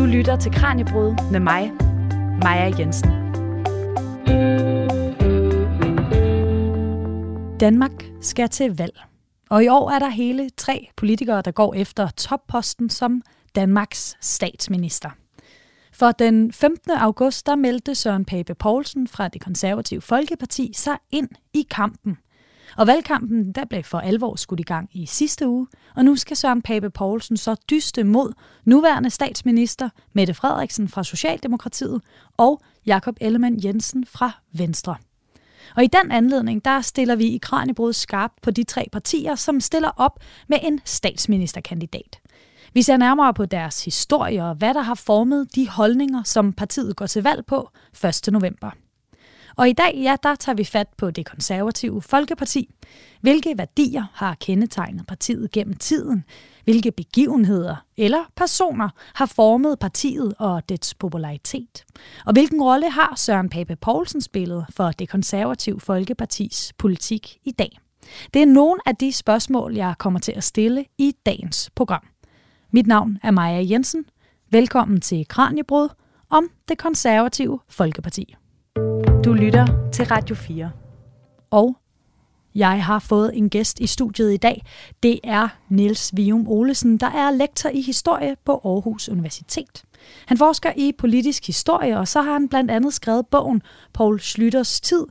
Du lytter til Kraniebrud med mig, Maja Jensen. Danmark skal til valg. Og i år er der hele 3 politikere, der går efter topposten som Danmarks statsminister. For den 15. august, der meldte Søren Pape Poulsen fra Det Konservative Folkeparti sig ind i kampen. Og valgkampen, der blev for alvor skudt i gang i sidste uge, og nu skal Søren Pape Poulsen så dyste mod nuværende statsminister Mette Frederiksen fra Socialdemokratiet og Jakob Ellemann-Jensen fra Venstre. Og i den anledning, der stiller vi i Kraniebrud skarpt på de 3 partier, som stiller op med en statsministerkandidat. Vi ser nærmere på deres historie og hvad der har formet de holdninger, som partiet går til valg på 1. november. Og i dag, ja, der tager vi fat på Det Konservative Folkeparti. Hvilke værdier har kendetegnet partiet gennem tiden? Hvilke begivenheder eller personer har formet partiet og dets popularitet? Og hvilken rolle har Søren Pape Poulsen spillet for Det Konservative Folkepartis politik i dag? Det er nogle af de spørgsmål, jeg kommer til at stille i dagens program. Mit navn er Maja Jensen. Velkommen til Kraniebrud om Det Konservative Folkeparti. Du lytter til Radio 4. Og jeg har fået en gæst i studiet i dag. Det er Niels Vium Olesen, der er lektor i historie på Aarhus Universitet. Han forsker i politisk historie, og så har han blandt andet skrevet bogen Poul Schlüters tid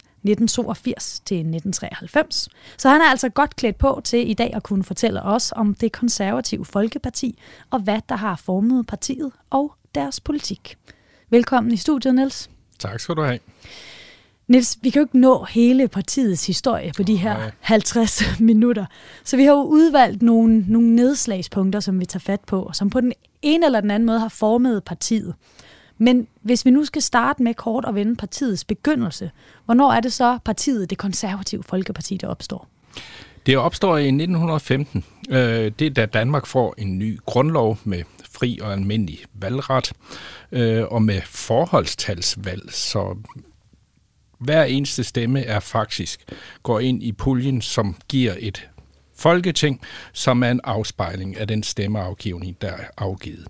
1982-1993. Så han er altså godt klædt på til i dag at kunne fortælle os om Det Konservative Folkeparti og hvad der har formet partiet og deres politik. Velkommen i studiet, Niels. Tak skal du have. Niels, vi kan jo ikke nå hele partiets historie på de her 50 minutter. Så vi har jo udvalgt nogle nedslagspunkter, som vi tager fat på, og som på den ene eller den anden måde har formet partiet. Men hvis vi nu skal starte med kort at vende partiets begyndelse, hvornår er det så partiet, Det Konservative Folkeparti, der opstår? Det opstår i 1915. Det er da Danmark får en ny grundlov med fri og almindelig valgret, og med forholdstalsvalg, så hver eneste stemme er faktisk går ind i puljen, som giver et folketing, som er en afspejling af den stemmeafgivning, der er afgivet.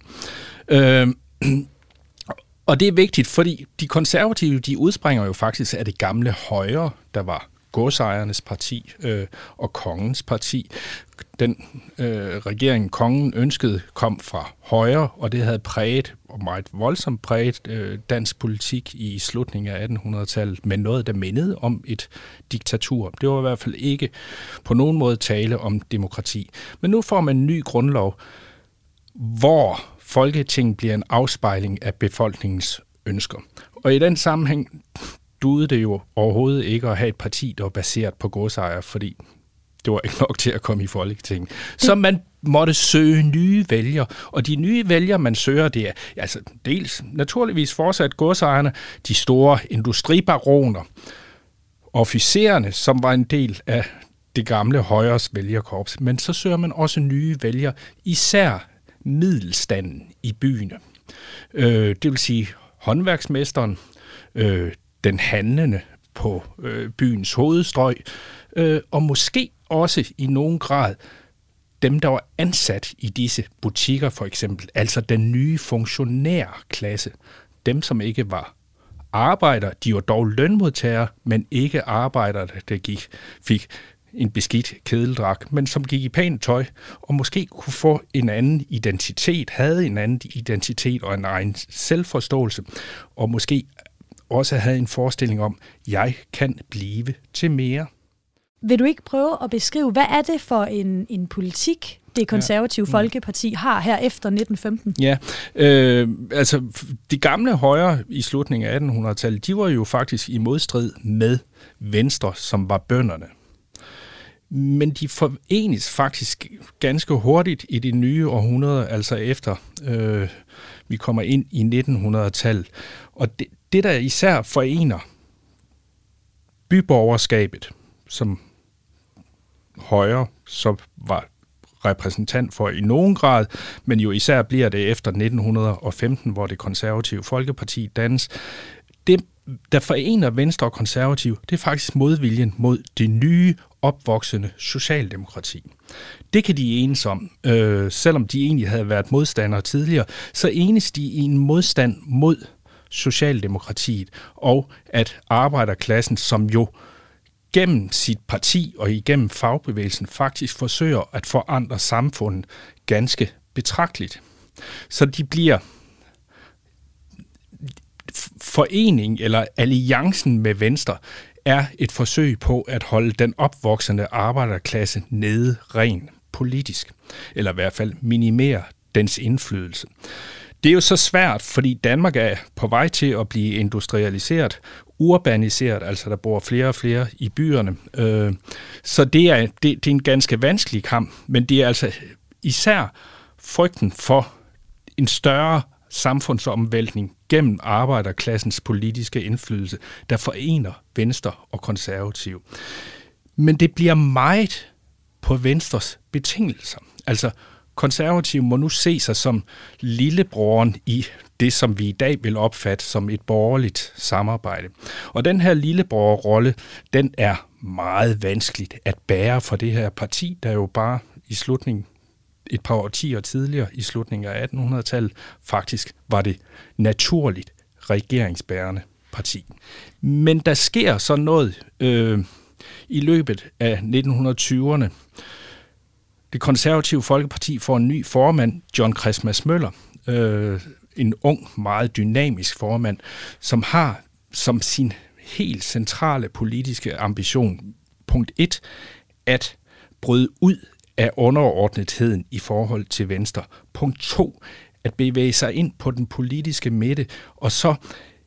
Og det er vigtigt, fordi de konservative, de udspringer jo faktisk af det gamle Højre, der var godsejernes parti og kongens parti. Den regering, kongen ønskede, kom fra Højre, og det havde præget, og meget voldsomt præget, dansk politik i slutningen af 1800-tallet, med noget, der mindede om et diktatur. Det var i hvert fald ikke på nogen måde tale om demokrati. Men nu får man en ny grundlov, hvor Folketinget bliver en afspejling af befolkningens ønsker. Og i den sammenhæng duede det jo overhovedet ikke at have et parti, der var baseret på godsejere, fordi det var ikke nok til at komme i Folketinget. Så man måtte søge nye vælgere, og de nye vælgere, man søger, det er altså dels naturligvis fortsat godsejerne, de store industribaroner, officererne, som var en del af det gamle Højres vælgerkorps, men så søger man også nye vælgere, især middelstanden i byerne. Det vil sige håndværksmesteren, den handlende på byens hovedstrøg, og måske også i nogen grad dem, der var ansat i disse butikker for eksempel, altså den nye funktionærklasse, dem som ikke var arbejdere, de var dog lønmodtagere, men ikke arbejdere, der fik en beskidt kedeldragt, men som gik i pænt tøj, og måske kunne få en anden identitet, havde en anden identitet og en egen selvforståelse, og måske også havde en forestilling om, jeg kan blive til mere. Vil du ikke prøve at beskrive, hvad er det for en politik, Det Konservative Folkeparti har her efter 1915? Ja, altså de gamle Højre i slutningen af 1800-tallet, de var jo faktisk i modstrid med Venstre, som var bønderne. Men de forenes faktisk ganske hurtigt i det nye århundrede, altså efter vi kommer ind i 1900-tallet. Og det der især forener byborgerskabet, som Højre så var repræsentant for i nogen grad, men jo især bliver det efter 1915, hvor Det Konservative Folkeparti dannes. Det der forener Venstre og Konservative, det er faktisk modviljen mod det nye, opvoksende socialdemokrati. Det kan de enes om. Selvom de egentlig havde været modstandere tidligere, så enes de i en modstand mod Socialdemokratiet, og at arbejderklassen, som jo gennem sit parti og igennem fagbevægelsen faktisk forsøger at forandre samfundet ganske betragteligt. Så de bliver forening eller alliancen med Venstre er et forsøg på at holde den opvoksende arbejderklasse nede rent politisk, eller i hvert fald minimere dens indflydelse. Det er jo så svært, fordi Danmark er på vej til at blive industrialiseret, urbaniseret, altså der bor flere og flere i byerne. Så det er en ganske vanskelig kamp, men det er altså især frygten for en større samfundsomvæltning gennem arbejderklassens politiske indflydelse, der forener Venstre og Konservative. Men det bliver meget på Venstres betingelser. Altså, Konservative må nu se sig som lillebroren i det, som vi i dag vil opfatte som et borgerligt samarbejde. Og den her lillebror-rolle, den er meget vanskeligt at bære for det her parti, der jo bare i slutningen et par årtier tidligere, i slutningen af 1800-tallet, faktisk var det naturligt regeringsbærende parti. Men der sker så noget i løbet af 1920'erne. Det konservative Folkeparti får en ny formand, John Christmas Møller, en ung, meget dynamisk formand, som har som sin helt centrale politiske ambition, punkt 1, at bryde ud af underordnetheden i forhold til Venstre. Punkt 2, at bevæge sig ind på den politiske midte, og så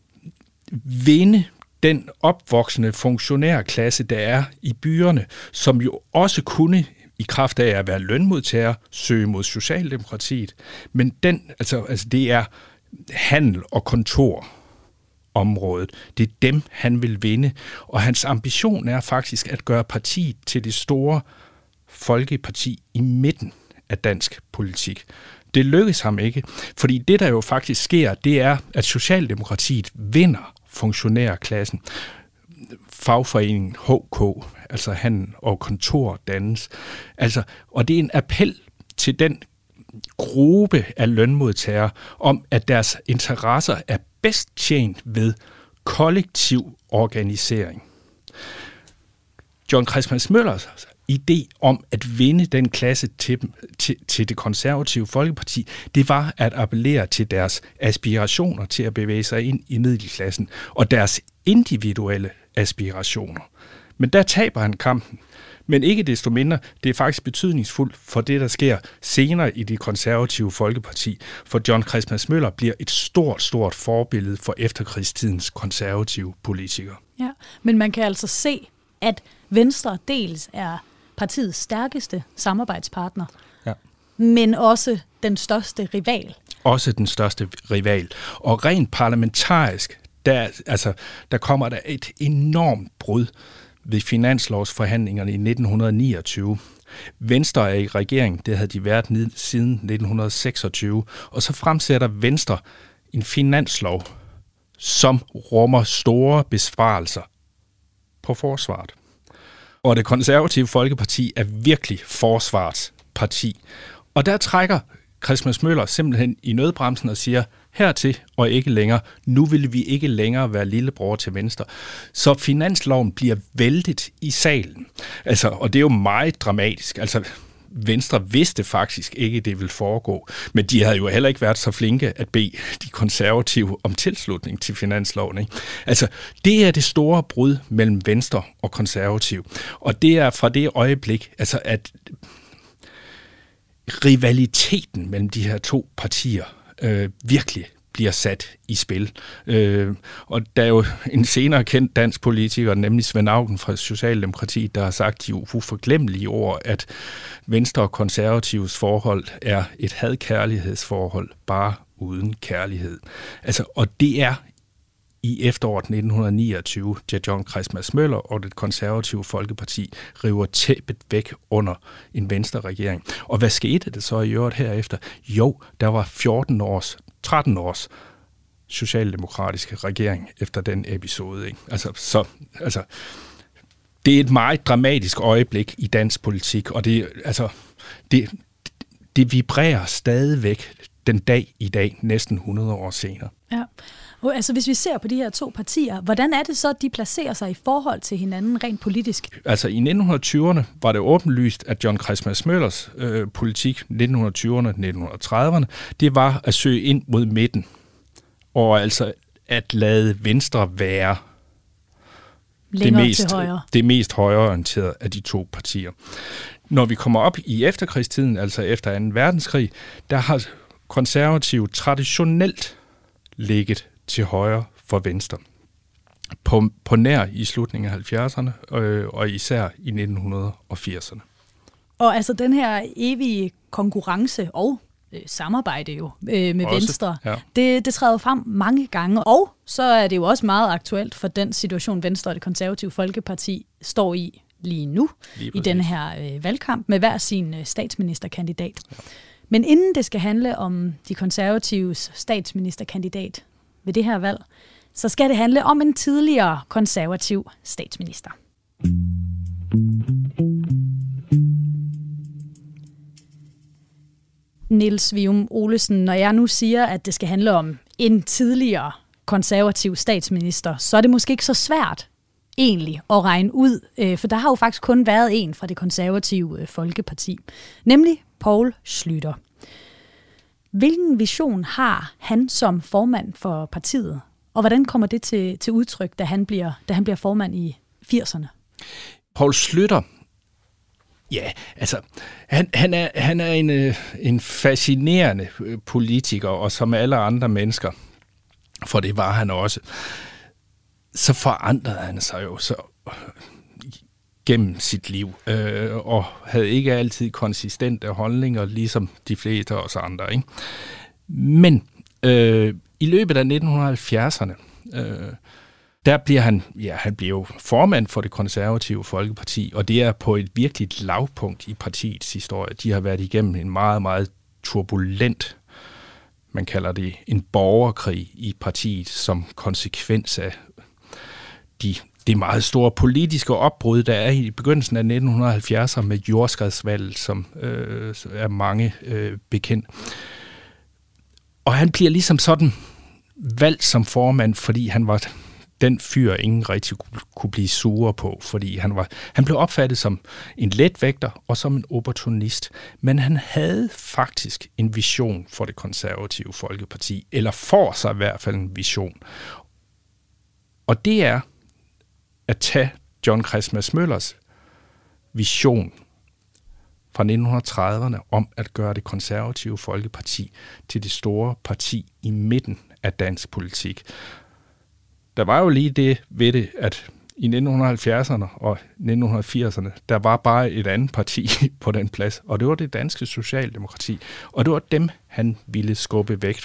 vinde den opvoksende funktionærklasse, der er i byerne, som jo også kunne, i kraft af at være lønmodtager, søge mod Socialdemokratiet. Men altså det er handel og kontorområdet. Det er dem, han vil vinde. Og hans ambition er faktisk at gøre partiet til det store folkeparti i midten af dansk politik. Det lykkes ham ikke, fordi det, der jo faktisk sker, det er, at Socialdemokratiet vinder funktionærklassen. Fagforeningen HK, altså handel og kontor dannes. Altså, og det er en appel til den gruppe af lønmodtagere om, at deres interesser er bedst tjent ved kollektiv organisering. John Christmas Møllers idé om at vinde den klasse til det konservative Folkeparti, det var at appellere til deres aspirationer til at bevæge sig ind i middelklassen og deres individuelle aspirationer. Men der taber han kampen. Men ikke desto mindre, det er faktisk betydningsfuldt for det, der sker senere i det konservative Folkeparti. For John Christmas Møller bliver et stort forbillede for efterkrigstidens konservative politikere. Ja, men man kan altså se, at Venstre dels er partiets stærkeste samarbejdspartner, ja, men også den største rival. Også den største rival. Og rent parlamentarisk, der kommer der et enormt brud ved finanslovsforhandlingerne i 1929. Venstre er i regering, det havde de været siden 1926, og så fremsætter Venstre en finanslov, som rummer store besparelser på forsvaret. Og det konservative Folkeparti er virkelig forsvarsparti. Og der trækker Christmas Møller simpelthen i nødbremsen og siger, hertil og ikke længere. Nu vil vi ikke længere være lillebror til Venstre. Så finansloven bliver væltet i salen. Altså, og det er jo meget dramatisk. Altså, Venstre vidste faktisk ikke, det ville foregå. Men de havde jo heller ikke været så flinke at bede de konservative om tilslutning til finansloven. Ikke? Altså, det er det store brud mellem Venstre og konservative. Og det er fra det øjeblik, altså at rivaliteten mellem de her to partier virkelig bliver sat i spil. Og der er jo en senere kendt dansk politiker, nemlig Svend Auken fra Socialdemokratiet, der har sagt de uforglemmelige ord, at Venstre og Konservatives forhold er et had-kærlighedsforhold, bare uden kærlighed. Altså, og det er i efteråret 1929, da John Christmas Møller og det konservative Folkeparti river tæppet væk under en Venstre-regering. Og hvad skete det så i øvrigt herefter? Jo, der var 13 års socialdemokratiske regering efter den episode. Ikke? Altså, det er et meget dramatisk øjeblik i dansk politik, og det vibrerer stadigvæk den dag i dag, næsten 100 år senere. Ja. Og altså, hvis vi ser på de her to partier, hvordan er det så, at de placerer sig i forhold til hinanden rent politisk? Altså i 1920'erne var det åbenlyst, at John Christmas Møllers politik, 1920'erne, 1930'erne, det var at søge ind mod midten, og altså at lade Venstre være det mest højreorienterede af de to partier. Når vi kommer op i efterkrigstiden, altså efter 2. verdenskrig, der har konservative traditionelt ligget til højre for Venstre. På nær i slutningen af 70'erne, og især i 1980'erne. Og altså den her evige konkurrence og samarbejde jo med også, Venstre, ja. Det træder frem mange gange, og så er det jo også meget aktuelt for den situation, Venstre og Det Konservative Folkeparti står i lige nu, i den her valgkamp, med hver sin statsministerkandidat. Ja. Men inden det skal handle om De Konservatives statsministerkandidat ved det her valg, så skal det handle om en tidligere konservativ statsminister. Niels Vium Olesen, når jeg nu siger, at det skal handle om en tidligere konservativ statsminister, så er det måske ikke så svært egentlig at regne ud, for der har jo faktisk kun været en fra Det Konservative Folkeparti, nemlig Poul Schlüter. Hvilken vision har han som formand for partiet, og hvordan kommer det til udtryk, da han bliver formand i 80'erne? Poul Schlüter, ja, altså, han er en fascinerende politiker, og som alle andre mennesker, for det var han også, så forandrede han sig jo så gennem sit liv, og havde ikke altid konsistente holdninger, ligesom de fleste af os andre. Ikke? Men i løbet af 1970'erne, der bliver han bliver jo formand for Det Konservative Folkeparti, og det er på et virkelig lavpunkt i partiets historie. De har været igennem en meget, meget turbulent, man kalder det en borgerkrig i partiet, som konsekvens af det meget store politiske opbrud, der er i begyndelsen af 1970'erne med jordskredsvalget, som er mange bekendt. Og han bliver ligesom sådan valgt som formand, fordi han var den fyr, ingen rigtig kunne blive sure på, fordi han blev opfattet som en letvægter og som en opportunist. Men han havde faktisk en vision for Det Konservative Folkeparti, eller får sig i hvert fald en vision. Og det er at tage John Christmas Møllers vision fra 1930'erne om at gøre Det Konservative Folkeparti til det store parti i midten af dansk politik. Der var jo lige det ved det, at i 1970'erne og 1980'erne, der var bare et andet parti på den plads, og det var det danske Socialdemokrati, og det var dem, han ville skubbe væk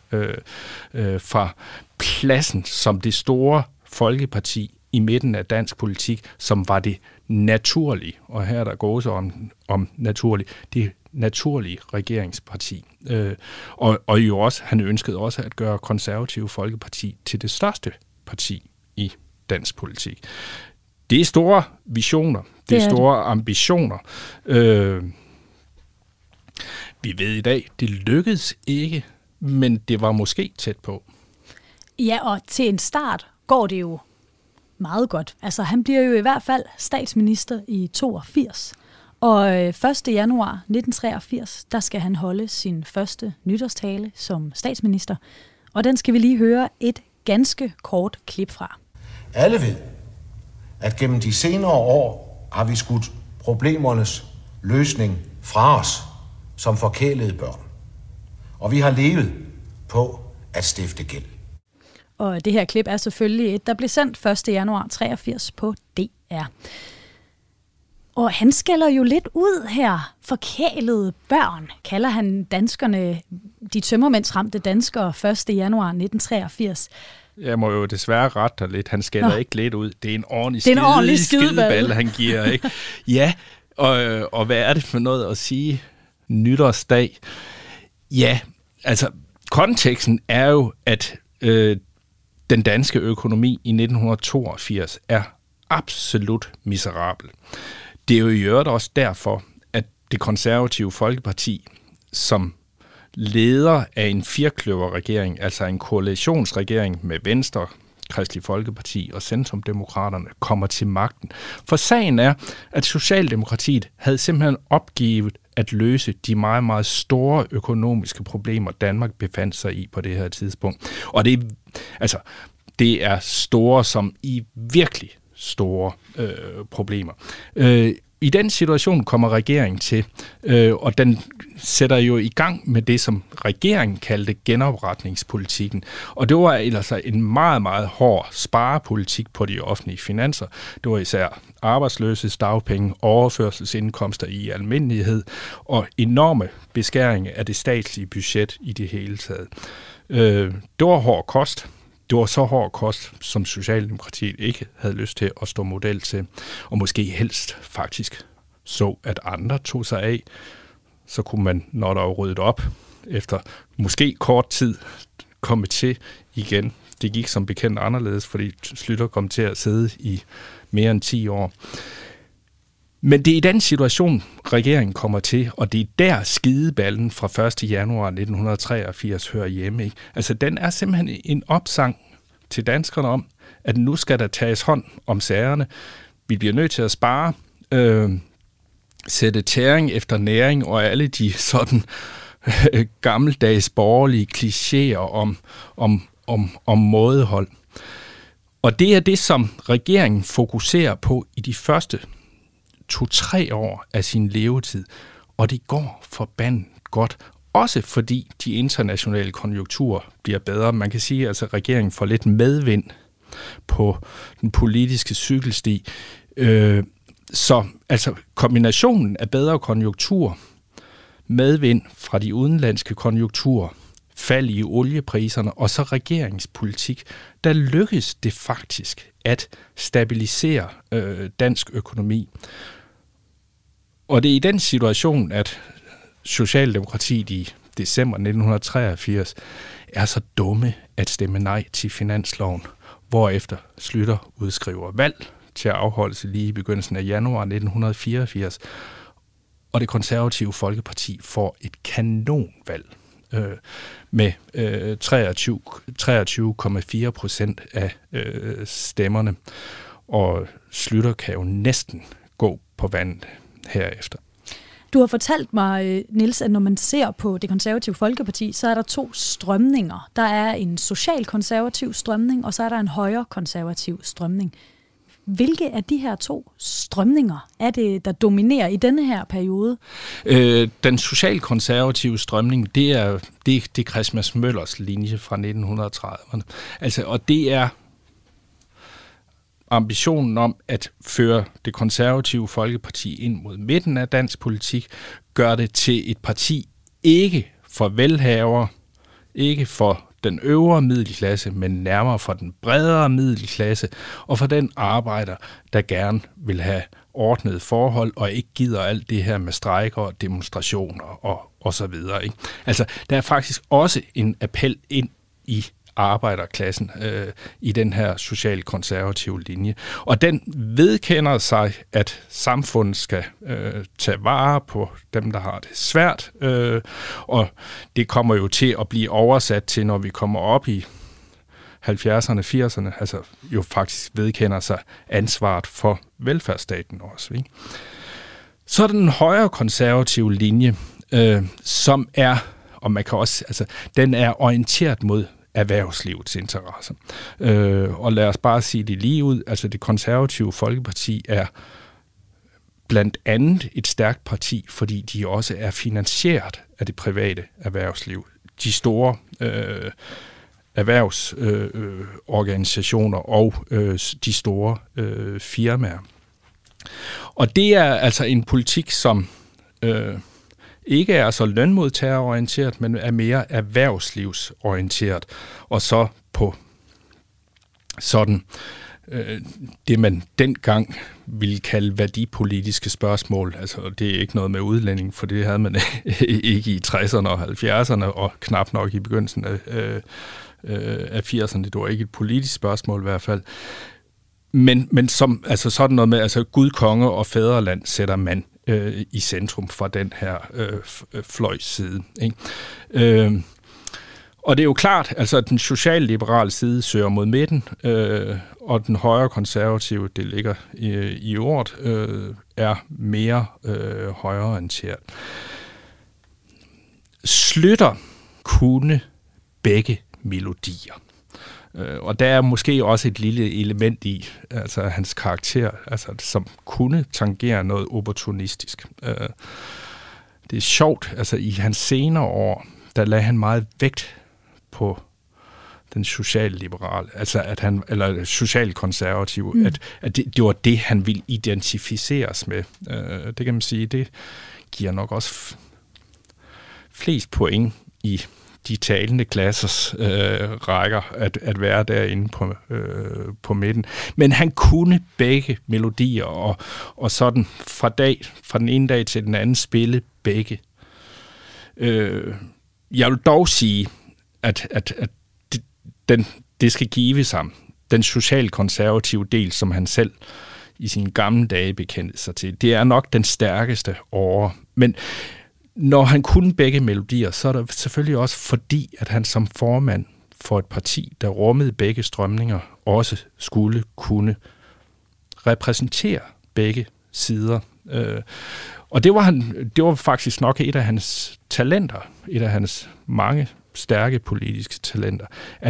fra pladsen som det store folkeparti i midten af dansk politik, som var det naturlige, og her der går så om naturligt, det naturlige regeringsparti. Og jo også, han ønskede også at gøre Konservative Folkeparti til det største parti i dansk politik. Det er store visioner, det er store ambitioner. Vi ved i dag, det lykkedes ikke, men det var måske tæt på. Ja, og til en start går det jo meget godt. Altså, han bliver jo i hvert fald statsminister i 82. Og 1. januar 1983, der skal han holde sin første nytårstale som statsminister. Og den skal vi lige høre et ganske kort klip fra. Alle ved, at gennem de senere år har vi skudt problemernes løsning fra os som forkælede børn. Og vi har levet på at stifte gæld. Og det her klip er selvfølgelig et, der blev sendt 1. januar 83 på DR. Og han skælder jo lidt ud her. Forkælede børn, kalder han danskerne, de tømmermændsramte danskere 1. januar 1983. Jeg må jo desværre rette dig lidt. Han skælder ikke lidt ud. Det er en ordentlig skideball, han giver. Ikke? Ja, og hvad er det for noget at sige nytårsdag? Ja, altså konteksten er jo, at den danske økonomi i 1982 er absolut miserabel. Det er jo i øvrigt også derfor, at det konservative Folkeparti, som leder af en firkløverregering, altså en koalitionsregering med Venstre, Kristelig Folkeparti og Centrumdemokraterne, kommer til magten. For sagen er, at Socialdemokratiet havde simpelthen opgivet at løse de meget, meget store økonomiske problemer, Danmark befandt sig i på det her tidspunkt. Og det er store som i virkelig store problemer. I den situation kommer regeringen til, og den sætter jo i gang med det, som regeringen kaldte genopretningspolitikken. Og det var ellers en meget, meget hård sparepolitik på de offentlige finanser. Det var især arbejdsløses dagpenge, overførselsindkomster i almindelighed og enorme beskæringer af det statslige budget i det hele taget. Det var hård kost. Det var så hård kost, som Socialdemokratiet ikke havde lyst til at stå model til, og måske helst faktisk så, at andre tog sig af. Så kunne man, når der var ryddet op, efter måske kort tid, komme til igen. Det gik som bekendt anderledes, fordi Schlüter kom til at sidde i mere end 10 år. Men det er i den situation, regeringen kommer til, og det er der skideballen fra 1. januar 1983 hører hjemme. Ikke? Altså, den er simpelthen en opsang til danskerne om, at nu skal der tages hånd om sagerne. Vi bliver nødt til at spare, sætte tæring efter næring, og alle de sådan gammeldags borgerlige klichéer om mådehold. Og det er det, som regeringen fokuserer på i de første 2-3 år af sin levetid, og det går forbandet godt. Også fordi de internationale konjunkturer bliver bedre. Man kan sige, at altså, regeringen får lidt medvind på den politiske cykelsti. Så altså, kombinationen af bedre konjunktur, medvind fra de udenlandske konjunkturer, fald i oliepriserne og så regeringspolitik, der lykkes det faktisk at stabilisere dansk økonomi. Og det er i den situation, at Socialdemokratiet i december 1983 er så dumme at stemme nej til finansloven, hvorefter Schlüter udskriver valg til at afholde sig lige i begyndelsen af januar 1984, og det konservative Folkeparti får et kanonvalg med 23,4% af stemmerne, og Schlüter kan jo næsten gå på vandet herefter. Du har fortalt mig, Niels, at når man ser på det konservative Folkeparti, så er der 2 strømninger. Der er en social-konservativ strømning, og så er der en højre-konservativ strømning. Hvilke af de her 2 strømninger er det, der dominerer i denne her periode? Den socialkonservative strømning, det er Christmas Møllers linje fra 1930'erne. Altså, og det er ambitionen om at føre det konservative Folkeparti ind mod midten af dansk politik, gør det til et parti ikke for velhavere, ikke for den øvre middelklasse, men nærmere for den bredere middelklasse, og for den arbejder, der gerne vil have ordnede forhold, og ikke gider alt det her med strejker og demonstrationer og så videre. Ikke? Altså, der er faktisk også en appel ind i arbejderklassen i den her socialkonservative linje. Og den vedkender sig, at samfundet skal tage vare på dem, der har det svært, og det kommer jo til at blive oversat til, når vi kommer op i 70'erne, 80'erne, altså jo faktisk vedkender sig ansvaret for velfærdsstaten også. Ikke? Så er den højre konservative linje, som er, og man kan også, altså den er orienteret mod erhvervslivets interesser. Og lad os bare sige det lige ud, altså det konservative Folkeparti er blandt andet et stærkt parti, fordi de også er finansieret af det private erhvervsliv. De store erhvervsorganisationer og de store firmaer. Og det er altså en politik, som ikke er så lønmodtagerorienteret, men er mere erhvervslivsorienteret. Og så på sådan det, man dengang ville kalde værdipolitiske spørgsmål. Altså, det er ikke noget med udlænding, for det havde man ikke i 60'erne og 70'erne, og knap nok i begyndelsen af af 80'erne. Det var ikke et politisk spørgsmål i hvert fald. Men som, altså sådan noget med, altså Gud, konge og fædreland sætter man i centrum fra den her fløjs side. Ikke? Og det er jo klart, altså at den socialliberale side søger mod midten, og den højre konservative, det ligger i ordet, er mere højreorienteret. Schlüter kunne begge melodier. Og der er måske også et lille element i, altså hans karakter, altså, som kunne tangere noget opportunistisk. Det er sjovt, altså i hans senere år, der lagde han meget vægt på den socialliberale, altså at han, eller socialkonservative, at det var det, han ville identificeres med. Det kan man sige, det giver nok også flest point i de talende klassers rækker at være derinde på midten. Men han kunne begge melodier, og sådan fra den ene dag til den anden spille begge. Jeg vil dog sige, at det skal gives ham den socialkonservative del, som han selv i sine gamle dage bekendte sig til. Det er nok den stærkeste åre. Men når han kunne begge melodier, så er det selvfølgelig også fordi, at han som formand for et parti, der rummede begge strømninger, også skulle kunne repræsentere begge sider. Og det var faktisk nok et af hans talenter, et af hans mange stærke politiske talenter,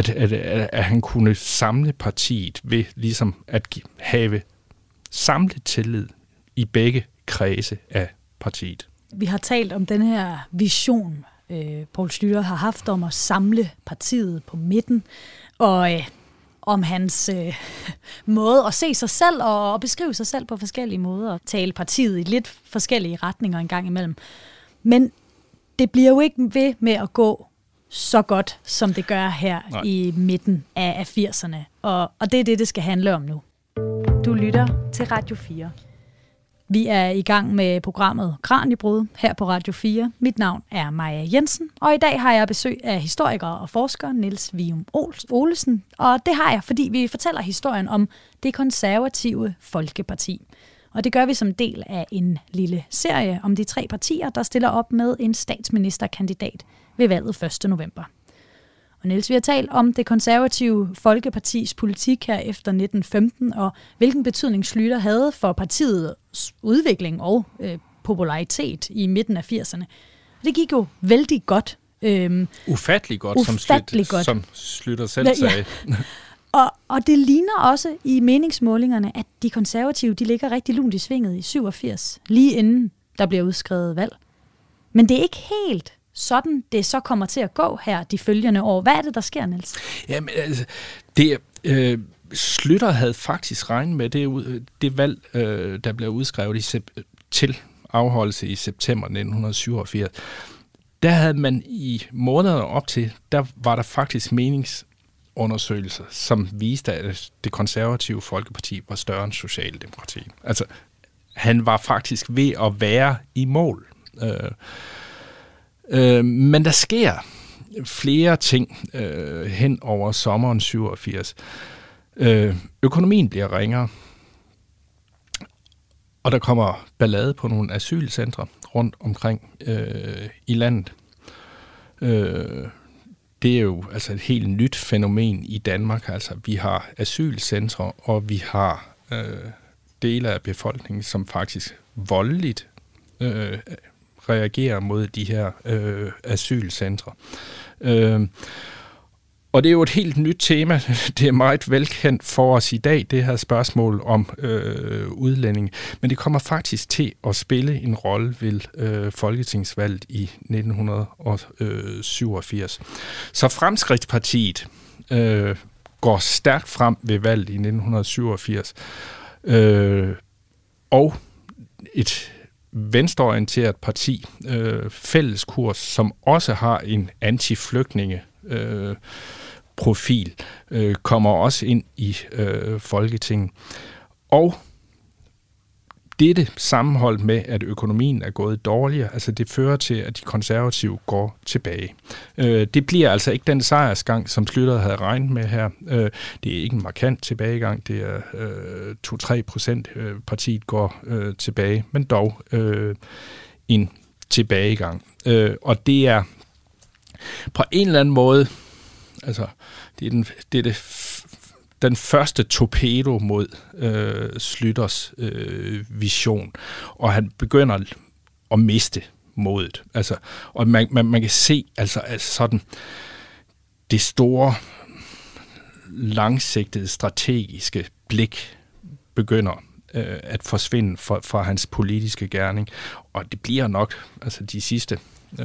at han kunne samle partiet ved ligesom at have samlet tillid i begge kredse af partiet. Vi har talt om den her vision, Poul Schlüter har haft om at samle partiet på midten, og om hans måde at se sig selv og beskrive sig selv på forskellige måder, og tale partiet i lidt forskellige retninger en gang imellem. Men det bliver jo ikke ved med at gå så godt, som det gør her i midten af 80'erne. Og det er det skal handle om nu. Du lytter til Radio 4. Vi er i gang med programmet Kraniebrud her på Radio 4. Mit navn er Maja Jensen, og i dag har jeg besøg af historiker og forsker Niels Vium Olesen. Og det har jeg, fordi vi fortæller historien om Det Konservative Folkeparti. Og det gør vi som del af en lille serie om de 3 partier, der stiller op med en statsministerkandidat ved valget 1. november. Og Niels, vi har talt om Det Konservative Folkepartis politik her efter 1915, og hvilken betydning Schlüter havde for partiets udvikling og popularitet i midten af 80'erne. Det gik jo vældig godt. Ufattelig godt, som Schlüter selv sagde. Og det ligner også i meningsmålingerne, at de konservative de ligger rigtig lunt i svinget i 87, lige inden der bliver udskrevet valg. Men det er ikke helt sådan, det så kommer til at gå her de følgende år. Hvad er det, der sker, Niels? Jamen, altså, Schlüter havde faktisk regnet med det valg, der blev udskrevet til afholdelse i september 1987. Der havde man i månederne op til, der var der faktisk meningsundersøgelser, som viste, at Det Konservative Folkeparti var større end Socialdemokrati. Altså, han var faktisk ved at være i mål. Men der sker flere ting hen over sommeren 87. Økonomien bliver ringere, og der kommer ballade på nogle asylcentre rundt omkring i landet. Det er jo altså et helt nyt fænomen i Danmark. Altså, vi har asylcentre, og vi har dele af befolkningen, som faktisk voldeligt reagerer mod de her asylcentre. Og det er jo et helt nyt tema. Det er meget velkendt for os i dag, det her spørgsmål om udlændinge. Men det kommer faktisk til at spille en rolle ved folketingsvalget i 1987. Så Fremskridtspartiet går stærkt frem ved valget i 1987. Og et venstreorienteret parti, Fælles Kurs, som også har en anti-flygtninge profil, kommer også ind i Folketinget. Og dette sammenholdt med, at økonomien er gået dårligere, altså det fører til, at de konservative går tilbage. Det bliver altså ikke den sejrsgang, som Schlüter havde regnet med her. Det er ikke en markant tilbagegang, det er 2-3% partiet går tilbage, men dog en tilbagegang. Og det er på en eller anden måde, altså det er den første torpedo mod Schlüters vision, og han begynder at miste modet. Altså, og man kan se altså sådan det store langsigtede strategiske blik begynder at forsvinde fra hans politiske gerning, og det bliver nok altså de sidste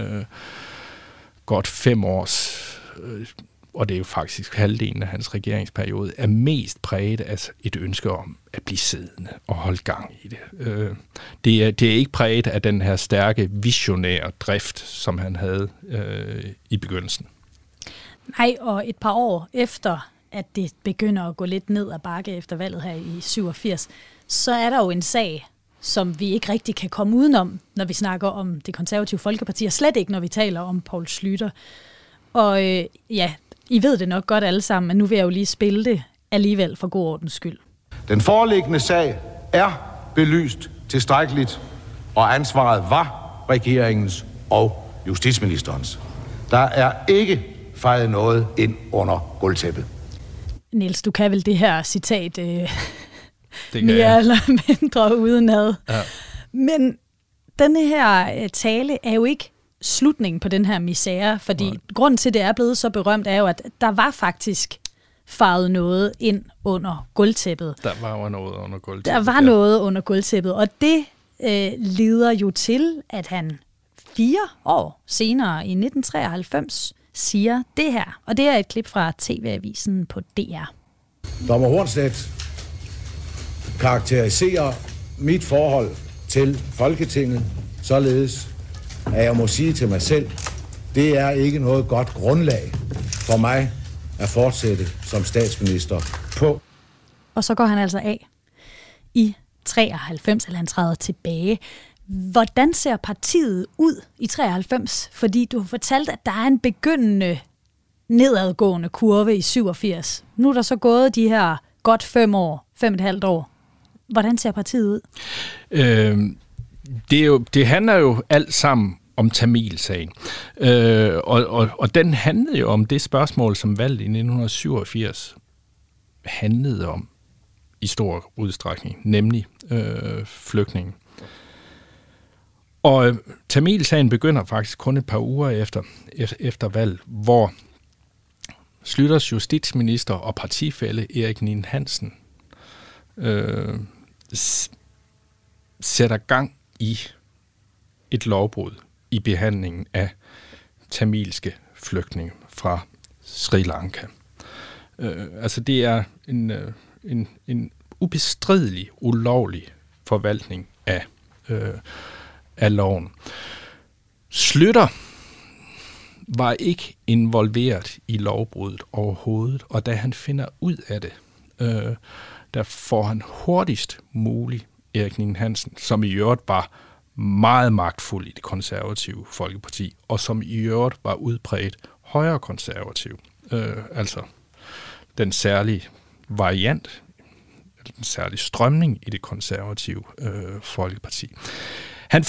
godt 5 års og det er jo faktisk halvdelen af hans regeringsperiode, er mest præget af et ønske om at blive siddende og holde gang i det. Det er ikke præget af den her stærke visionære drift, som han havde i begyndelsen. Nej, og et par år efter, at det begynder at gå lidt ned ad bakke efter valget her i 87, så er der jo en sag, som vi ikke rigtig kan komme udenom, når vi snakker om det konservative Folkeparti, og slet ikke, når vi taler om Poul Schlüter. Og I ved det nok godt alle sammen, men nu vil jeg jo lige spille det alligevel for god ordens skyld. Den foreliggende sag er belyst tilstrækkeligt, og ansvaret var regeringens og justitsministerens. Der er ikke fejet noget ind under gulvtæppet. Niels, du kan vel det her citat mere eller mindre udenad. Ja. Men denne her tale er jo ikke slutningen på den her misære, fordi grunden til, det er blevet så berømt, er jo, at der var faktisk fejet noget ind under gulvtæppet. Der var jo noget under gulvtæppet. Der var noget under gulvtæppet, og det leder jo til, at han 4 år senere i 1993 siger det her. Og det er et klip fra TV-avisen på DR. Dommer Hornstedt karakteriserer mit forhold til Folketinget således, at jeg må sige til mig selv, det er ikke noget godt grundlag for mig at fortsætte som statsminister på. Og så går han altså af i 93, eller han træder tilbage. Hvordan ser partiet ud i 93? Fordi du har fortalt, at der er en begyndende nedadgående kurve i 87. Nu er der så gået de her godt 5 år, 5,5 år. Hvordan ser partiet ud? Det handler jo alt sammen om Tamilsagen. Og den handlede jo om det spørgsmål, som valget i 1987 handlede om i stor udstrækning, nemlig flygtninge. Og Tamilsagen begynder faktisk kun et par uger efter valget, hvor Schlüters justitsminister og partifælle Erik Ninn-Hansen sætter gang i et lovbrud i behandlingen af tamilske flygtninge fra Sri Lanka. Altså det er en ubestridelig, ulovlig forvaltning af loven. Schlüter var ikke involveret i lovbruddet overhovedet, og da han finder ud af det, der får han hurtigst muligt Erik Ninn-Hansen, som i øvrigt var meget magtfuld i det konservative Folkeparti, og som i øvrigt var udbredt højre konservativ. Altså den særlige variant, den særlige strømning i det konservative Folkeparti. Han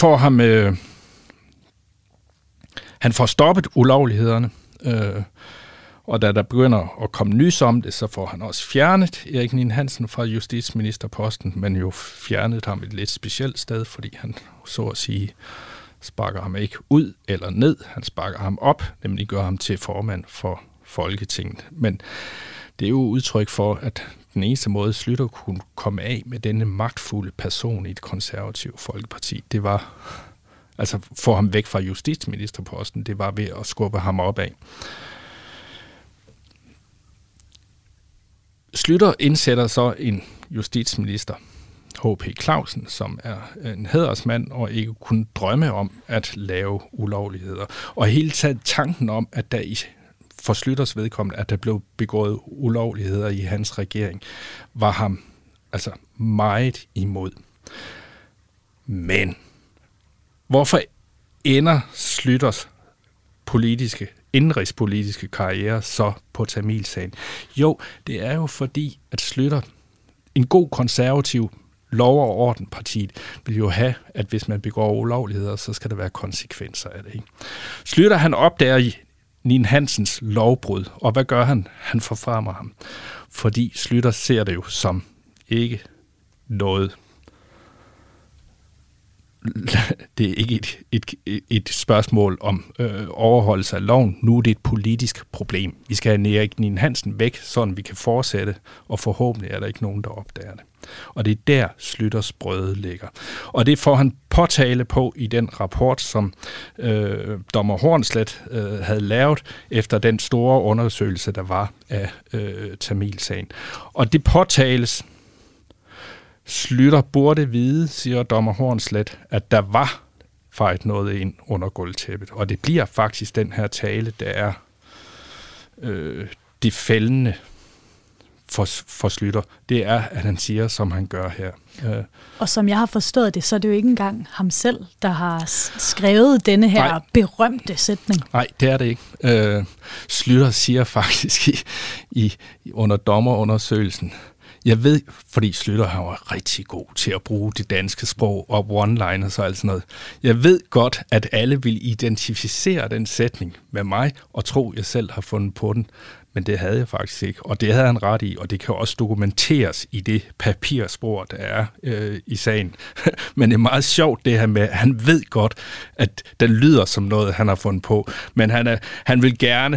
får stoppet ulovlighederne, og da der begynder at komme nys om det, så får han også fjernet Erik Ninn-Hansen fra justitsministerposten, men jo fjernet ham et lidt specielt sted, fordi han så at sige sparker ham ikke ud eller ned, han sparker ham op, nemlig gør ham til formand for Folketinget. Men det er jo udtryk for, at den eneste måde, Schlüter kunne komme af med denne magtfulde person i det konservative Folkeparti, det var altså få ham væk fra justitsministerposten, det var ved at skubbe ham opad. Schlüter indsætter så en justitsminister, H.P. Clausen, som er en hædersmand og ikke kunne drømme om at lave ulovligheder. Og hele taget tanken om, at der for Schlüters vedkommende, at der blev begået ulovligheder i hans regering, var ham altså meget imod. Men hvorfor ender Schlüters indrigspolitiske karriere så på Tamilsagen? Jo, det er jo fordi, at Schlüter, en god konservativ lov- og ordenpartiet, vil jo have, at hvis man begår ulovligheder, så skal der være konsekvenser af det. Ikke? Schlüter, han opdager i Nien Hansens lovbrud, og hvad gør han? Han forfremmer ham. Fordi Schlüter ser det jo som ikke noget. Det er ikke et spørgsmål om overholdelse af loven. Nu er det et politisk problem. Vi skal have Erik Nien Hansen væk, så vi kan fortsætte, og forhåbentlig er der ikke nogen, der opdager det. Og det er der Schlüters brøde ligger. Og det får han påtale på i den rapport, som dommer Hornslet havde lavet efter den store undersøgelse, der var af Tamilsagen. Og det påtales. Schlüter burde vide, siger dommer Hornslet, at der var fejret noget ind under gulvtæppet. Og det bliver faktisk den her tale, der er det fældende for Schlüter. Det er, at han siger, som han gør her. Og som jeg har forstået det, så er det jo ikke engang ham selv, der har skrevet denne her berømte sætning. Nej, det er det ikke. Schlüter siger faktisk under dommerundersøgelsen, jeg ved, fordi Schlüter han var rigtig god til at bruge det danske sprog og one-liners og alt sådan noget. Jeg ved godt, at alle vil identificere den sætning med mig og tro, jeg selv har fundet på den. Men det havde jeg faktisk ikke, og det havde han ret i, og det kan også dokumenteres i det papirspor, der er i sagen. Men det er meget sjovt det her med, at han ved godt, at den lyder som noget, han har fundet på, men han vil gerne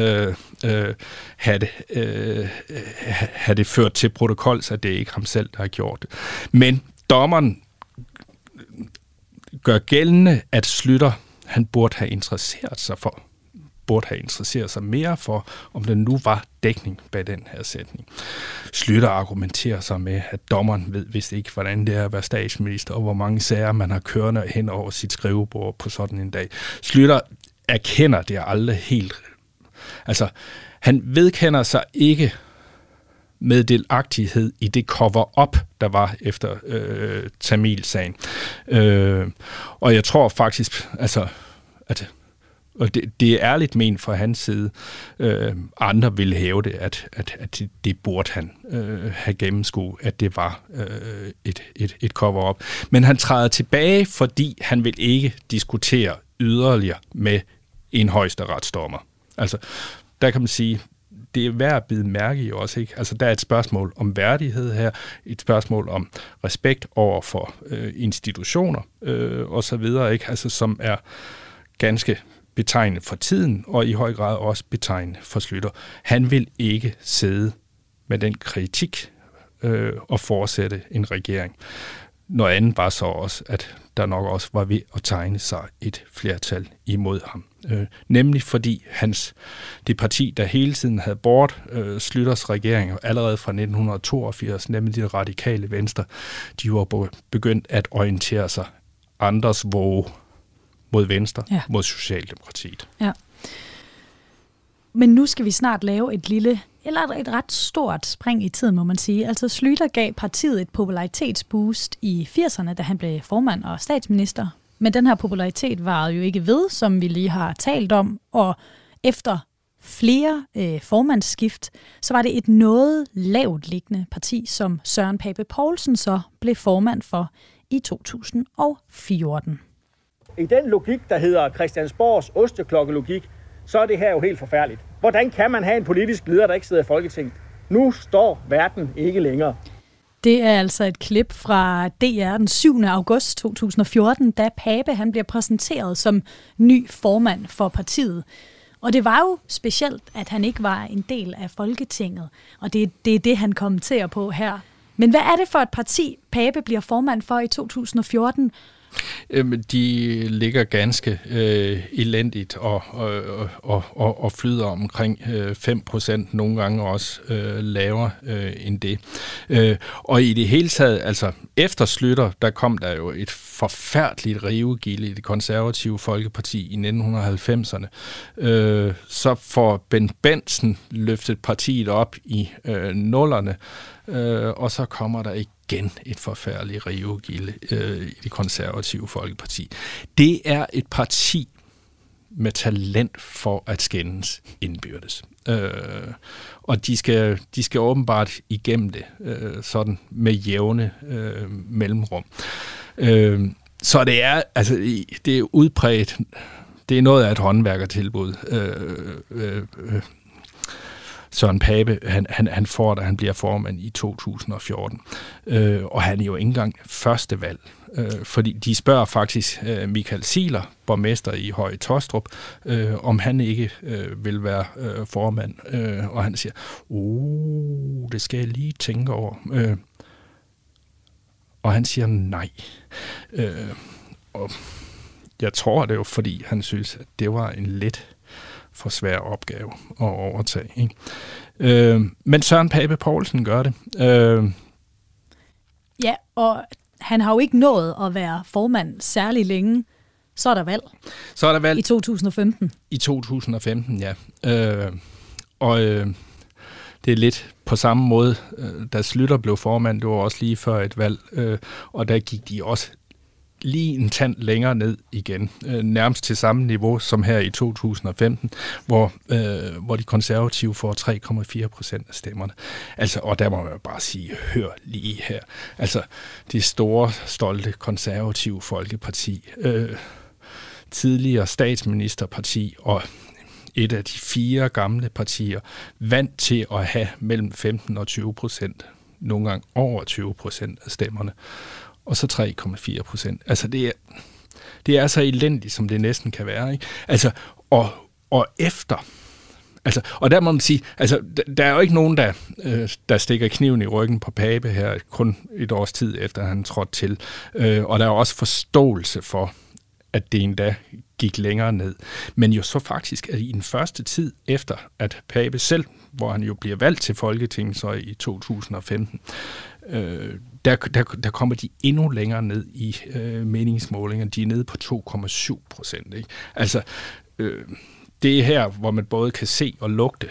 have det ført til protokol, så det er ikke ham selv, der har gjort det. Men dommeren gør gældende, at Schlüter, han burde have interesseret sig mere for, om der nu var dækning bag den her sætning. Schlüter argumenterer sig med, at dommeren ved vist ikke, hvordan det er at være statsminister, og hvor mange sager man har kørende hen over sit skrivebord på sådan en dag. Schlüter erkender det aldrig helt. Altså, han vedkender sig ikke med delagtighed i det cover-up, der var efter Tamilsagen. Og jeg tror faktisk, altså, at og det er ærligt ment fra hans side. Andre ville hæve det, at det burde han have gennemskuet, at det var et cover-up. Men han træder tilbage, fordi han vil ikke diskutere yderligere med en højesteretsdommer. Altså, der kan man sige, det er værd at bide mærke i også, ikke? Altså, der er et spørgsmål om værdighed her, et spørgsmål om respekt over for institutioner og så videre, ikke? Altså, som er ganske betegnende for tiden, og i høj grad også betegnende for Schlüter. Han vil ikke sidde med den kritik og fortsætte en regering. Noget andet var så også, at der nok også var ved at tegne sig et flertal imod ham. Nemlig fordi det parti, der hele tiden havde båret Schlüters regering, allerede fra 1982, nemlig det radikale venstre, de var begyndt at orientere sig andres våge mod venstre, mod Socialdemokratiet. Ja. Men nu skal vi snart lave et ret stort spring i tiden, må man sige. Altså Schlüter gav partiet et popularitetsboost i 80'erne, da han blev formand og statsminister. Men den her popularitet varede jo ikke ved, som vi lige har talt om. Og efter flere formandsskift, så var det et noget lavt liggende parti, som Søren Pape Poulsen så blev formand for i 2014. I den logik, der hedder Christiansborgs osteklokkelogik, så er det her jo helt forfærdeligt. Hvordan kan man have en politisk leder, der ikke sidder i Folketinget? Nu står verden ikke længere. Det er altså et klip fra DR den 7. august 2014, da Pape han bliver præsenteret som ny formand for partiet. Og det var jo specielt, at han ikke var en del af Folketinget, og det er det, han kommenterer på her. Men hvad er det for et parti, Pape bliver formand for i 2014? De ligger ganske elendigt og flyder omkring 5%, nogle gange også lavere end det. Og i det hele taget, altså efter Schlüter, der kom der jo et forfærdeligt rivegilde i det konservative Folkeparti i 1990'erne. Så får Bent Bentzen løftet partiet op i nullerne, og så kommer der igen et forfærdeligt rivegilde i det konservative folkeparti. Det er et parti med talent for at skændes indbyrdes. Og de skal åbenbart igennem det, sådan med jævne mellemrum. Så det er udbredt. Det er noget af et håndværkertilbud. Søren Pape, han får, da han bliver formand i 2014. Og han er jo ikke engang første valg. Fordi de spørger faktisk Michael Ziegler, borgmester i Høje Taastrup, om han ikke vil være formand. Og han siger, det skal jeg lige tænke over. Og han siger nej. Og jeg tror det jo, fordi han synes, at det var en lidt for svær opgave at overtage. Ikke? Men Søren Pape Poulsen gør det. Ja, og han har jo ikke nået at være formand særlig længe. Så er der valg. I 2015. I 2015, ja. Det er lidt på samme måde, da Schlüter blev formand, det var også lige før et valg, og der gik de også lige en tand længere ned igen, nærmest til samme niveau som her i 2015, hvor de konservative får 3,4% af stemmerne. Altså, og der må man bare sige, hør lige her. Altså, det store, stolte konservative folkeparti, tidligere statsministerparti og et af de 4 gamle partier, vant til at have mellem 15 og 20%, nogle gange over 20% af stemmerne. Og så 3,4%. Altså, det er så elendigt, som det næsten kan være. Ikke? Altså, og efter... Altså, og der må man sige, altså, der er jo ikke nogen, der stikker kniven i ryggen på Pape her, kun et års tid efter, han trådte til. Og der er også forståelse for, at det endda gik længere ned. Men jo så faktisk, at i den første tid efter, at Pape selv, hvor han jo bliver valgt til Folketinget så i 2015, der kommer de endnu længere ned i meningsmålinger. De er nede på 2,7%. Ikke? Altså, det er her, hvor man både kan se og lugte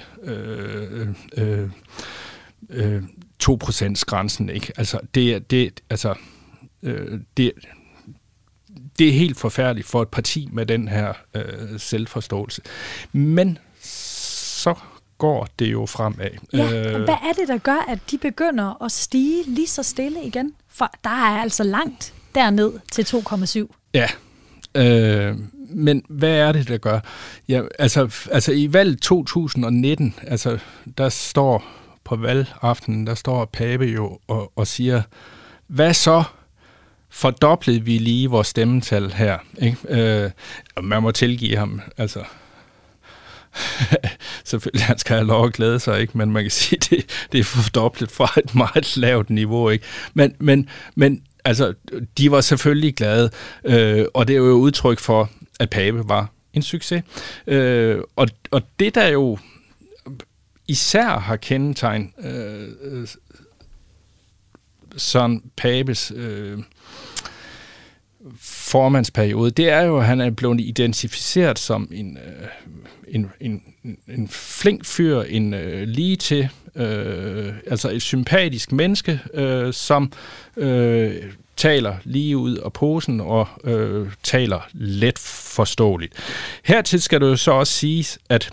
2%-grænsen. Ikke? Altså, det er helt forfærdeligt for et parti med den her selvforståelse. Men så går det jo fremad. Ja, hvad er det, der gør, at de begynder at stige lige så stille igen? For der er altså langt derned til 2,7. Ja, men hvad er det, der gør? Ja, altså i valget 2019, altså der står på valgaftenen, der står Pape jo og siger, hvad så? Fordoblede vi lige vores stemmetal her? Ikke? Man må tilgive ham, altså... Selvfølgelig, han skal have lov at glæde sig, ikke? Men man kan sige, det er fordoblet fra et meget lavt niveau. Ikke? Men altså, de var selvfølgelig glade, og det er jo udtryk for, at Pape var en succes. Og det, der jo især har kendetegn Søren Papes formandsperiode, det er jo, at han er blevet identificeret som en flink fyr, en lige til, altså et sympatisk menneske, som taler lige ud af posen og taler let forståeligt. Hertil skal det jo så også siges, at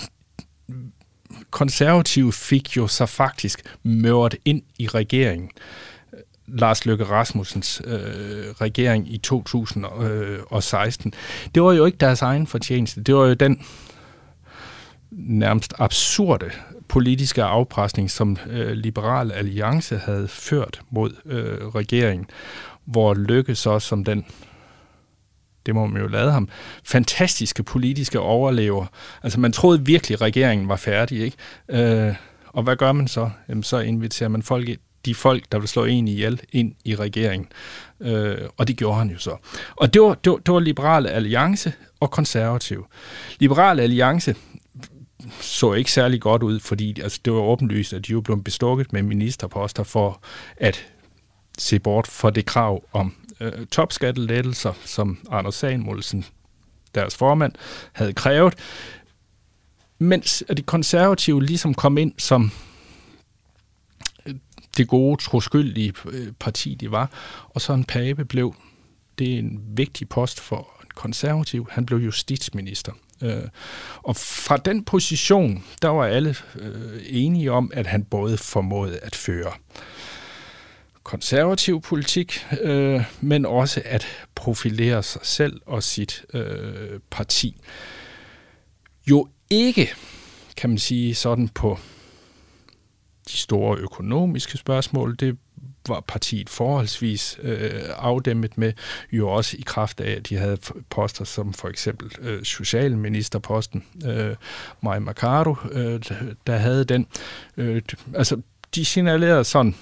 konservative fik jo så faktisk mørt ind i regeringen. Lars Løkke Rasmussens regering i 2016. Det var jo ikke deres egen fortjeneste. Det var jo den nærmest absurde politiske afpresning, som Liberal Alliance havde ført mod regeringen, hvor Løkke så som den, det må man jo lade ham, fantastiske politiske overlever. Altså man troede virkelig, at regeringen var færdig, ikke? Og hvad gør man så? Jamen, så inviterer man de folk, der vil slå en ihjel, ind i regeringen. Og det gjorde han jo så. Og det var Liberal Alliance og konservative. Liberal Alliance så ikke særlig godt ud, fordi altså, det var åbenlyst, at de jo blev bestukket med ministerposter for at se bort for det krav om topskattelettelser, som Anders Samuelsen, deres formand, havde krævet. Mens de konservative ligesom kom ind som det gode, troskyldige parti, de var. Og Søren Pape blev, det er en vigtig post for en konservativ, han blev justitsminister. Og fra den position, der var alle enige om, at han både formåede at føre konservativ politik, men også at profilere sig selv og sit parti. Jo ikke, kan man sige, sådan på de store økonomiske spørgsmål, det var partiet forholdsvis afdæmmet med, jo også i kraft af, at de havde poster som for eksempel socialministerposten, Mai Mercado, der havde den. Altså, de signalerede sådan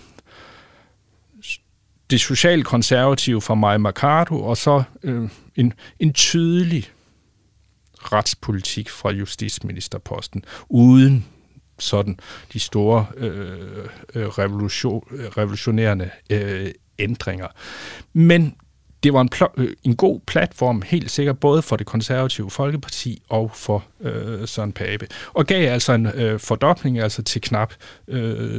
det socialkonservative fra Mai Mercado, og så en tydelig retspolitik fra justitsministerposten, uden sådan de store revolutionerende ændringer. Men det var en god platform, helt sikkert, både for det konservative Folkeparti og for Søren Pape. Og gav altså en fordobling altså til knap 7%,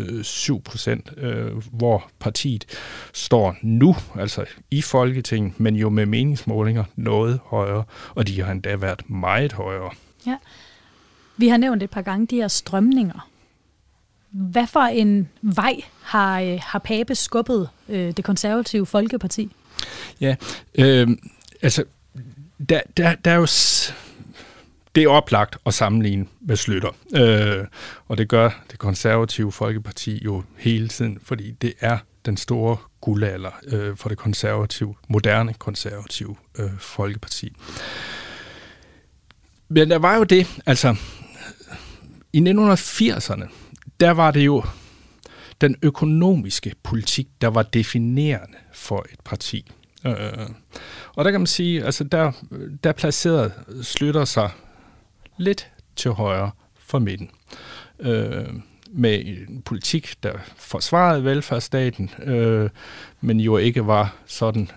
hvor partiet står nu, altså i Folketinget, men jo med meningsmålinger noget højere, og de har endda været meget højere. Ja. Vi har nævnt et par gange de her strømninger. Hvad for en vej har Pape skubbet det konservative Folkeparti? Ja, altså, der er jo... Det er oplagt at sammenligne med Schlüter, og det gør det konservative Folkeparti jo hele tiden, fordi det er den store guldalder for det konservative, moderne konservative Folkeparti. Men der var jo det, altså i 1980'erne, der var det jo den økonomiske politik, der var definerende for et parti. Og der kan man sige, altså der placerede Schlüter sig lidt til højre for midten. Med en politik, der forsvarede velfærdsstaten, men jo ikke var sådan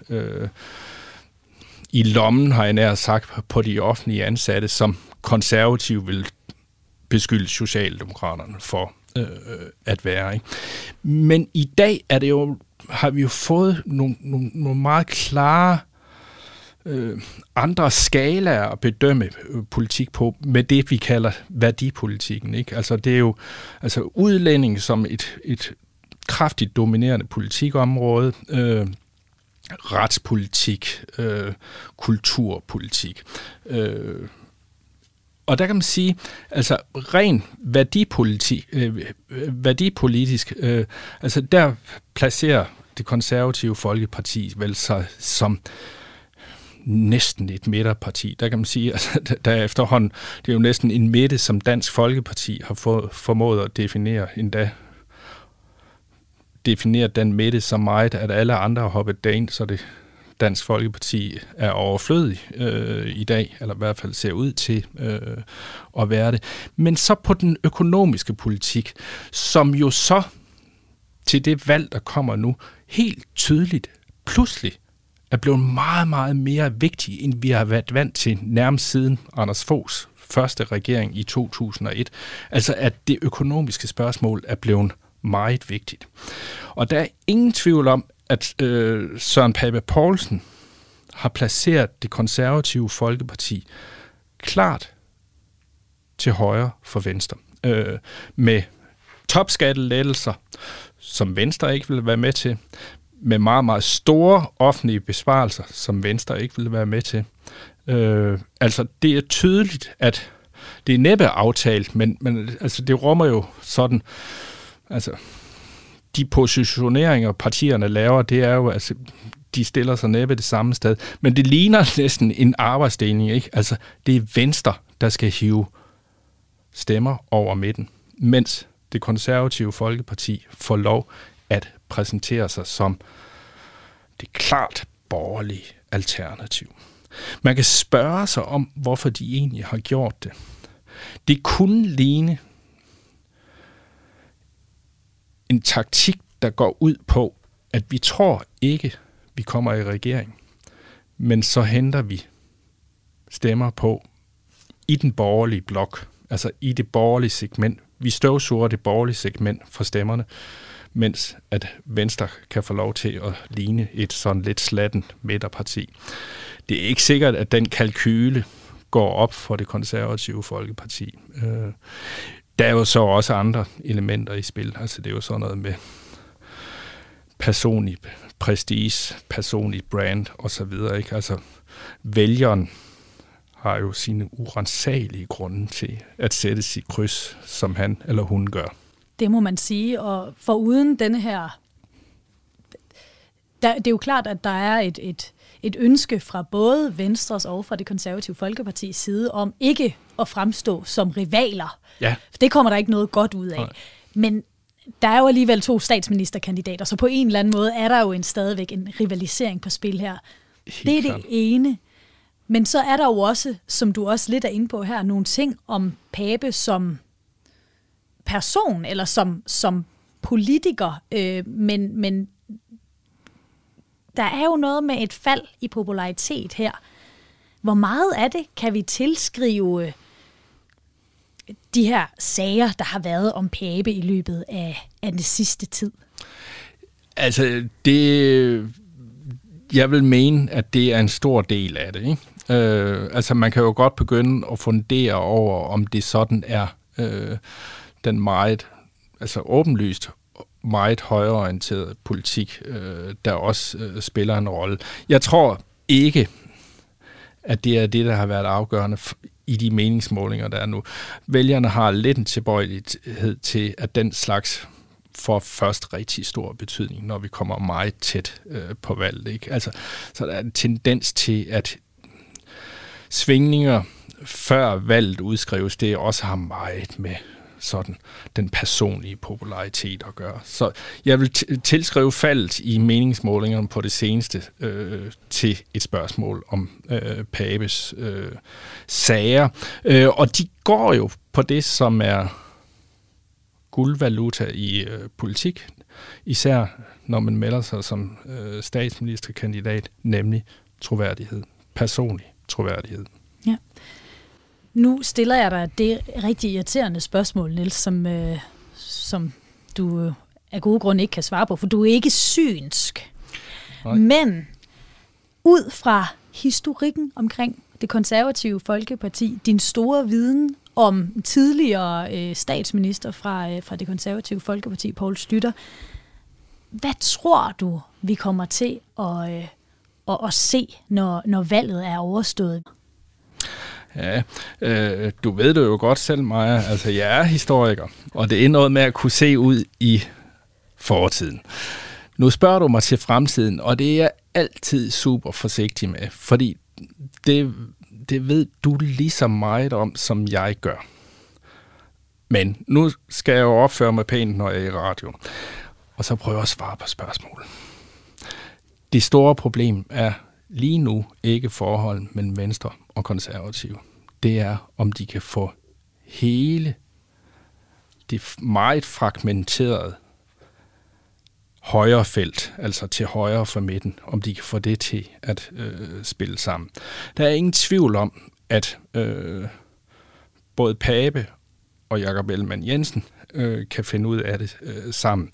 i lommen, har jeg nær sagt, på de offentlige ansatte, som konservative vil beskylde Socialdemokraterne for at være. Ikke? Men i dag er det jo, har vi jo fået nogle meget klare andre skalaer at bedømme politik på, med det, vi kalder værdipolitikken. Ikke? Altså, det er jo altså udlænding som et kraftigt dominerende politikområde, retspolitik, kulturpolitik. Og der kan man sige, altså ren værdipolitisk, altså der placerer det konservative Folkeparti vel sig som næsten et midterparti. Der kan man sige, altså der efterhånden, det er jo næsten en midte, som Dansk Folkeparti har formået at definere den midte så meget, at alle andre har hoppet derind, så det Dansk Folkeparti er overflødig i dag, eller i hvert fald ser ud til at være det. Men så på den økonomiske politik, som jo så til det valg, der kommer nu, helt tydeligt pludselig er blevet meget, meget mere vigtig, end vi har været vant til nærmest siden Anders Foghs første regering i 2001. Altså at det økonomiske spørgsmål er blevet meget vigtigt. Og der er ingen tvivl om, at Søren Pape Poulsen har placeret det konservative Folkeparti klart til højre for Venstre. Med topskattelettelser, som Venstre ikke ville være med til, med meget, meget store offentlige besparelser, som Venstre ikke ville være med til. Altså, det er tydeligt, at det er næppe aftalt, men altså, det rummer jo sådan, altså, de positioneringer, partierne laver, det er jo, altså, de stiller sig næppe det samme sted, men det ligner næsten en arbejdsdeling, ikke? Altså, det er Venstre, der skal hive stemmer over midten, mens det konservative Folkeparti får lov at præsentere sig som det klart borgerlige alternativ. Man kan spørge sig om, hvorfor de egentlig har gjort det. Det kunne ligne en taktik, der går ud på, at vi tror ikke, vi kommer i regering, men så henter vi stemmer på i den borgerlige blok, altså i det borgerlige segment. Vi støvsuger det borgerlige segment for stemmerne, mens at Venstre kan få lov til at ligne et sådan lidt slatten midterparti. Det er ikke sikkert, at den kalkyle går op for det konservative Folkeparti. Der er jo så også andre elementer i spil. Altså det er jo sådan noget med personlig prestige, personlig brand osv. Altså vælgeren har jo sine urensagelige grunde til at sætte sit kryds, som han eller hun gør. Det må man sige, og foruden denne her... Det er jo klart, at der er et ønske fra både Venstres og fra det konservative Folkepartis side om ikke at fremstå som rivaler. Ja. Det kommer der ikke noget godt ud af. Nej. Men der er jo alligevel 2 statsministerkandidater, så på en eller anden måde er der jo stadigvæk en rivalisering på spil her. Helt det er klart. det ene. Men så er der jo også, som du også lidt er inde på her, nogle ting om Pape som person, eller som politiker, men der er jo noget med et fald i popularitet her. Hvor meget af det kan vi tilskrive de her sager, der har været om Pape i løbet af den sidste tid? Altså, jeg vil mene, at det er en stor del af det, ikke? Altså, man kan jo godt begynde at fundere over, om det sådan er den meget, altså åbenlyst meget højreorienteret politik, der også spiller en rolle. Jeg tror ikke, at det er det, der har været afgørende i de meningsmålinger, der er nu. Vælgerne har lidt en tilbøjelighed til, at den slags får først rigtig stor betydning, når vi kommer meget tæt på valget. Ikke? Altså, så der er en tendens til, at svingninger før valget udskrives, det også har meget med sådan den personlige popularitet at gøre. Så jeg vil tilskrive faldet i meningsmålingerne på det seneste til et spørgsmål om Papes sager. Og de går jo på det, som er guldvaluta i politik, især når man melder sig som statsministerkandidat, nemlig troværdighed. Personlig troværdighed. Ja. Nu stiller jeg dig det rigtig irriterende spørgsmål, Niels, som du af gode grunde ikke kan svare på, for du er ikke synsk. Nej. Men ud fra historikken omkring det konservative Folkeparti, din store viden om tidligere statsminister fra det konservative Folkeparti, Poul Schlüter, hvad tror du, vi kommer til at se, når valget er overstået? Ja, du ved det jo godt selv, Maja. Altså, jeg er historiker, og det er noget med at kunne se ud i fortiden. Nu spørger du mig til fremtiden, og det er jeg altid super forsigtig med, fordi det ved du lige så meget om, som jeg gør. Men nu skal jeg jo opføre mig pænt, når jeg er i radio, og så prøve at svare på spørgsmålet. Det store problem er lige nu ikke forhold mellem Venstre og Konservative. Det er, om de kan få hele det meget fragmenterede højre felt, altså til højre for midten, om de kan få det til at spille sammen. Der er ingen tvivl om, at både Pape og Jakob Ellemann-Jensen kan finde ud af det sammen.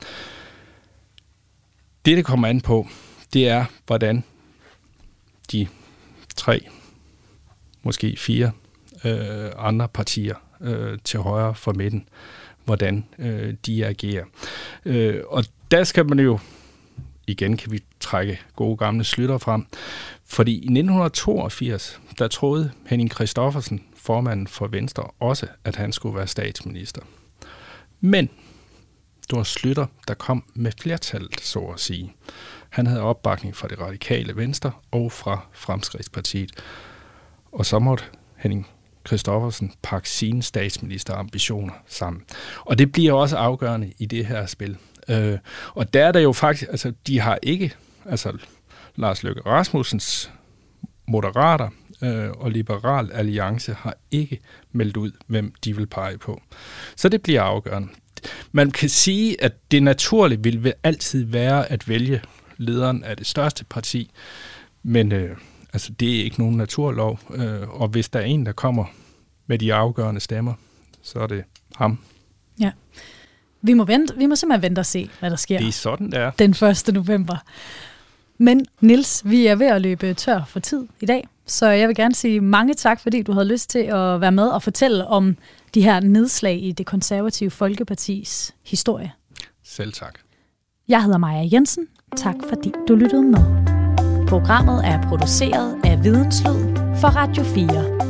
Det kommer an på, det er, hvordan de 3, måske 4 andre partier til højre for midten, hvordan de agerer. Og der skal man jo, igen kan vi trække gode gamle Schlüter frem, fordi i 1982, der troede Henning Christoffersen, formanden for Venstre, også, at han skulle være statsminister. Men det var Schlüter, der kom med flertallet, så at sige. Han havde opbakning fra det radikale Venstre og fra Fremskridtspartiet. Og så måtte Henning Christoffersen pakke sine statsministerambitioner sammen. Og det bliver også afgørende i det her spil. Og der er der jo faktisk, altså de har ikke, altså Lars Løkke Rasmussens Moderater og Liberal Alliance har ikke meldt ud, hvem de vil pege på. Så det bliver afgørende. Man kan sige, at det naturligt vil altid være at vælge lederen af det største parti, men altså det er ikke nogen naturlov, og hvis der er en, der kommer med de afgørende stemmer, så er det ham. Ja. Vi må simpelthen vente og se, hvad der sker. Det er sådan, det er. Den 1. november. Men Niels, vi er ved at løbe tør for tid i dag, så jeg vil gerne sige mange tak, fordi du havde lyst til at være med og fortælle om de her nedslag i Det Konservative Folkepartis historie. Selv tak. Jeg hedder Maja Jensen. Tak fordi du lyttede med. Programmet er produceret af Videnslyd for Radio 4.